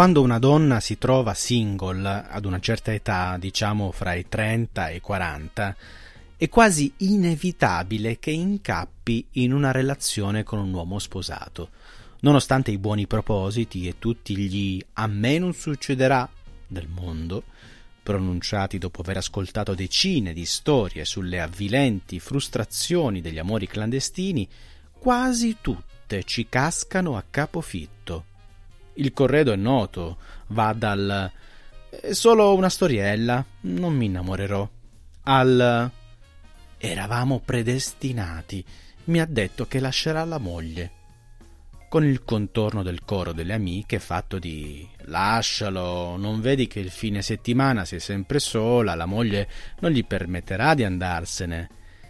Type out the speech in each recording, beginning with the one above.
Quando una donna si trova single ad una certa età, diciamo fra i 30 e i 40, è quasi inevitabile che incappi in una relazione con un uomo sposato. Nonostante i buoni propositi e tutti gli "a me non succederà" del mondo, pronunciati dopo aver ascoltato decine di storie sulle avvilenti frustrazioni degli amori clandestini, quasi tutte ci cascano a capofitto. Il corredo è noto, va dal "è solo una storiella, non mi innamorerò" al "eravamo predestinati, mi ha detto che lascerà la moglie", con il contorno del coro delle amiche fatto di "lascialo, non vedi che il fine settimana sei sempre sola, la moglie non gli permetterà di andarsene".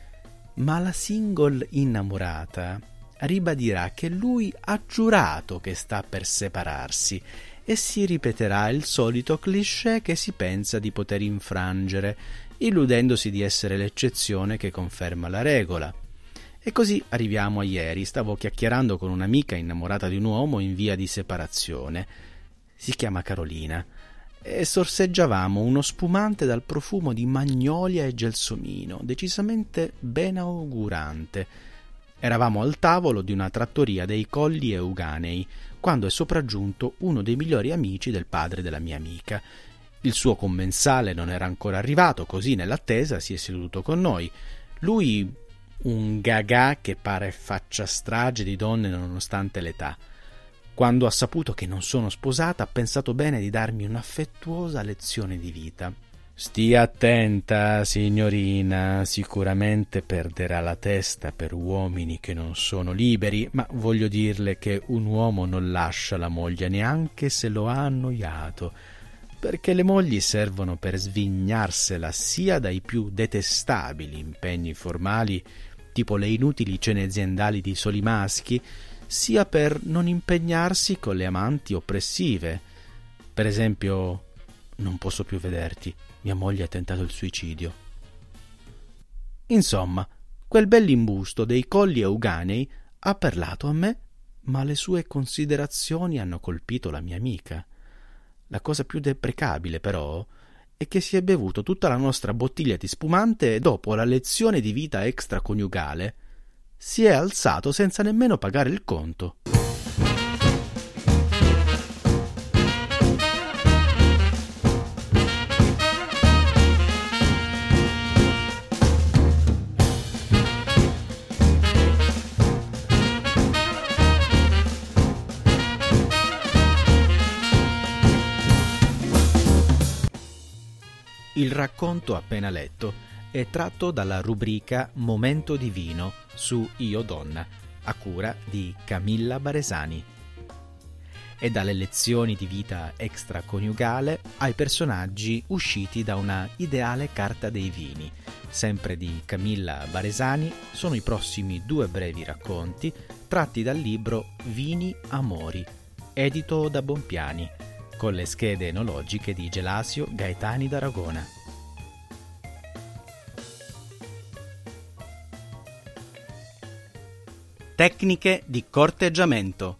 Ma la single innamorata ribadirà che lui ha giurato che sta per separarsi e si ripeterà il solito cliché che si pensa di poter infrangere, illudendosi di essere l'eccezione che conferma la regola. E così arriviamo a ieri. Stavo chiacchierando con un'amica innamorata di un uomo in via di separazione. Si chiama Carolina. E sorseggiavamo uno spumante dal profumo di magnolia e gelsomino, decisamente benaugurante. Eravamo al tavolo di una trattoria dei Colli Euganei, quando è sopraggiunto uno dei migliori amici del padre della mia amica. Il suo commensale non era ancora arrivato, così nell'attesa si è seduto con noi. Lui, un gagà che pare faccia strage di donne nonostante l'età. Quando ha saputo che non sono sposata, ha pensato bene di darmi un'affettuosa lezione di vita. "Stia attenta, signorina, sicuramente perderà la testa per uomini che non sono liberi, ma voglio dirle che un uomo non lascia la moglie neanche se lo ha annoiato, perché le mogli servono per svignarsela sia dai più detestabili impegni formali, tipo le inutili cene aziendali di soli maschi, sia per non impegnarsi con le amanti oppressive. Per esempio, non posso più vederti, mia moglie ha tentato il suicidio". Insomma, quel bell'imbusto dei Colli Euganei ha parlato a me, ma le sue considerazioni hanno colpito la mia amica. La cosa più deprecabile, però, è che si è bevuto tutta la nostra bottiglia di spumante e dopo la lezione di vita extraconiugale si è alzato senza nemmeno pagare il conto. Il racconto appena letto è tratto dalla rubrica Momento di vino su Io Donna, a cura di Camilla Baresani. E dalle lezioni di vita extraconiugale ai personaggi usciti da una ideale carta dei vini, sempre di Camilla Baresani, sono i prossimi 2 brevi racconti tratti dal libro Vini Amori, edito da Bompiani, con le schede enologiche di Gelasio Gaetani d'Aragona. Tecniche di corteggiamento.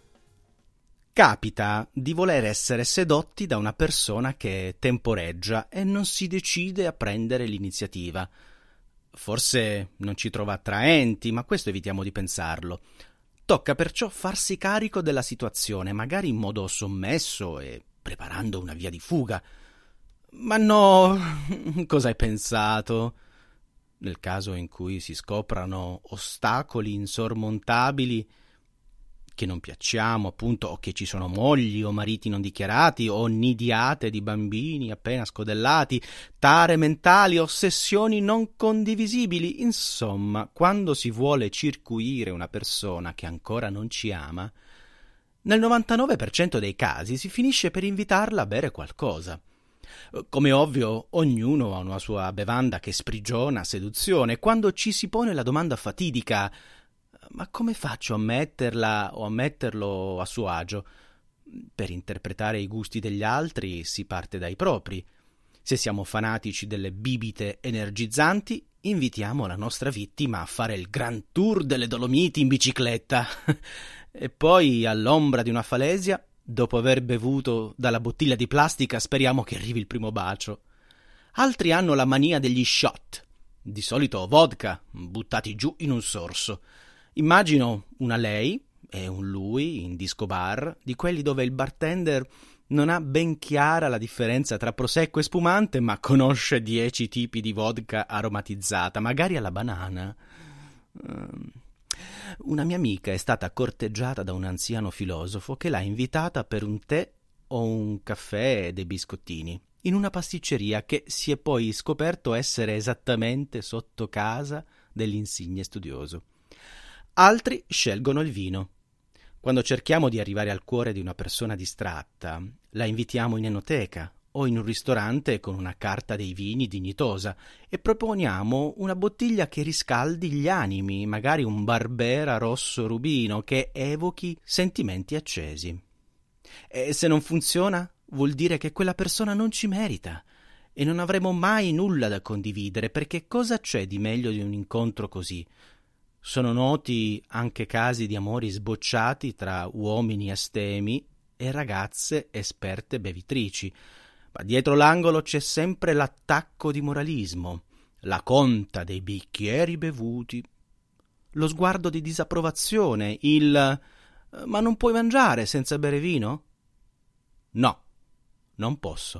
Capita di voler essere sedotti da una persona che temporeggia e non si decide a prendere l'iniziativa. Forse non ci trova attraenti, ma questo evitiamo di pensarlo. Tocca perciò farsi carico della situazione, magari in modo sommesso e preparando una via di fuga. Ma no, cosa hai pensato? Nel caso in cui si scoprano ostacoli insormontabili, che non piacciamo, appunto, o che ci sono mogli o mariti non dichiarati, o nidiate di bambini appena scodellati, tare mentali, ossessioni non condivisibili. Insomma, quando si vuole circuire una persona che ancora non ci ama, nel 99% dei casi si finisce per invitarla a bere qualcosa. Come ovvio, ognuno ha una sua bevanda che sprigiona seduzione. Quando ci si pone la domanda fatidica: ma come faccio a metterla o a metterlo a suo agio? Per interpretare i gusti degli altri si parte dai propri. Se siamo fanatici delle bibite energizzanti, invitiamo la nostra vittima a fare il Grand Tour delle Dolomiti in bicicletta. E poi, all'ombra di una falesia, Dopo aver bevuto dalla bottiglia di plastica, speriamo che arrivi il primo bacio. Altri hanno la mania degli shot, di solito vodka, buttati giù in un sorso. Immagino una lei e un lui in disco bar, di quelli dove il bartender non ha ben chiara la differenza tra prosecco e spumante, ma conosce 10 tipi di vodka aromatizzata, magari alla banana. Una mia amica è stata corteggiata da un anziano filosofo che l'ha invitata per un tè o un caffè e dei biscottini in una pasticceria che si è poi scoperto essere esattamente sotto casa dell'insigne studioso. Altri scelgono il vino. Quando cerchiamo di arrivare al cuore di una persona distratta, la invitiamo in enoteca o in un ristorante con una carta dei vini dignitosa e proponiamo una bottiglia che riscaldi gli animi, magari un Barbera rosso rubino che evochi sentimenti accesi. E se non funziona, vuol dire che quella persona non ci merita e non avremo mai nulla da condividere, perché cosa c'è di meglio di un incontro così? Sono noti anche casi di amori sbocciati tra uomini astemi e ragazze esperte bevitrici, ma dietro l'angolo c'è sempre l'attacco di moralismo, la conta dei bicchieri bevuti, lo sguardo di disapprovazione, il «ma non puoi mangiare senza bere vino?» No, non posso.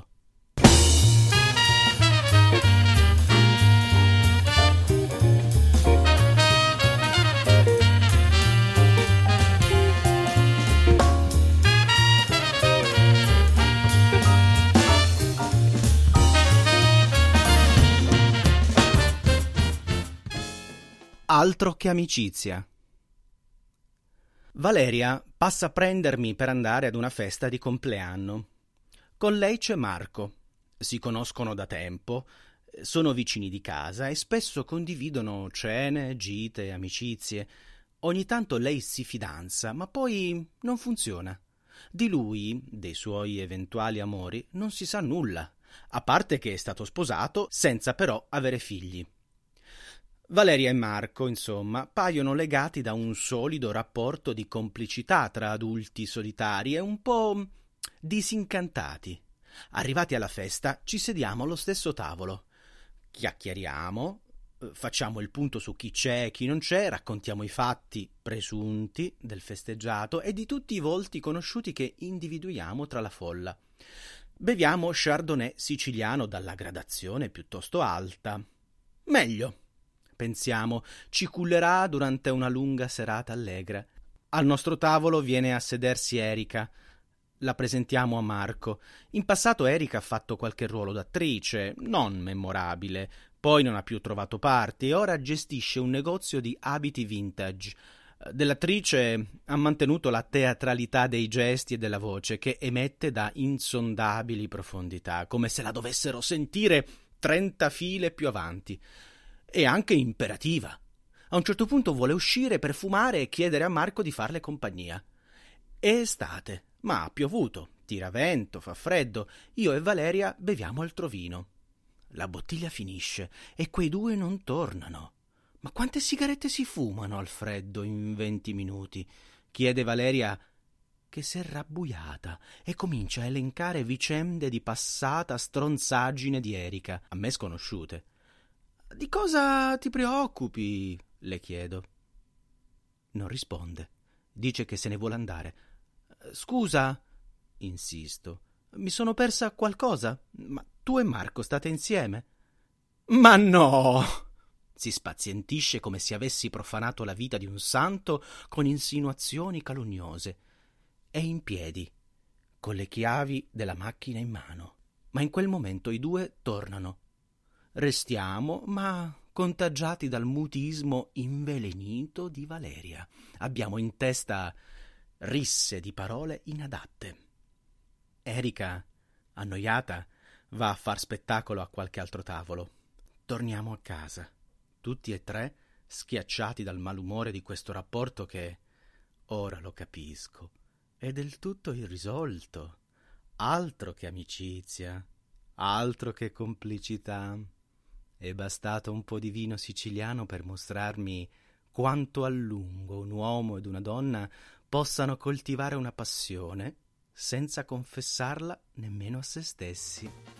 Altro che amicizia. Valeria passa a prendermi per andare ad una festa di compleanno. Con lei c'è Marco. Si conoscono da tempo, sono vicini di casa e spesso condividono cene, gite, amicizie. Ogni tanto lei si fidanza, ma poi non funziona. Di lui, dei suoi eventuali amori, non si sa nulla, a parte che è stato sposato senza però avere figli. Valeria e Marco, insomma, paiono legati da un solido rapporto di complicità tra adulti solitari e un po' disincantati. Arrivati alla festa, ci sediamo allo stesso tavolo. Chiacchieriamo, facciamo il punto su chi c'è e chi non c'è, raccontiamo i fatti presunti del festeggiato e di tutti i volti conosciuti che individuiamo tra la folla. Beviamo Chardonnay siciliano dalla gradazione piuttosto alta. Meglio, pensiamo, ci cullerà durante una lunga serata allegra. Al nostro tavolo viene a sedersi Erika. La presentiamo a Marco. In passato Erika ha fatto qualche ruolo d'attrice, non memorabile, poi non ha più trovato parti e ora gestisce un negozio di abiti vintage. Dell'attrice ha mantenuto la teatralità dei gesti e della voce che emette da insondabili profondità, come se la dovessero sentire 30 file più avanti. È anche imperativa. A un certo punto vuole uscire per fumare e chiedere a Marco di farle compagnia. È estate, ma ha piovuto, tira vento, fa freddo. Io e Valeria beviamo altro vino. La bottiglia finisce e quei due non tornano. Ma quante sigarette si fumano al freddo in 20 minuti? Chiede Valeria, che s'è rabbuiata e comincia a elencare vicende di passata stronzaggine di Erika, a me sconosciute. «Di cosa ti preoccupi?» le chiedo. Non risponde. Dice che se ne vuole andare. «Scusa?» insisto. «Mi sono persa qualcosa? Ma tu e Marco state insieme?» «Ma no!» si spazientisce come se avessi profanato la vita di un santo con insinuazioni calunniose. È in piedi, con le chiavi della macchina in mano. Ma in quel momento i due tornano. Restiamo, ma contagiati dal mutismo invelenito di Valeria. Abbiamo in testa risse di parole inadatte. Erika, annoiata, va a far spettacolo a qualche altro tavolo. Torniamo a casa, tutti e tre schiacciati dal malumore di questo rapporto che, ora lo capisco, è del tutto irrisolto. Altro che amicizia, altro che complicità. È bastato un po' di vino siciliano per mostrarmi quanto a lungo un uomo ed una donna possano coltivare una passione senza confessarla nemmeno a se stessi.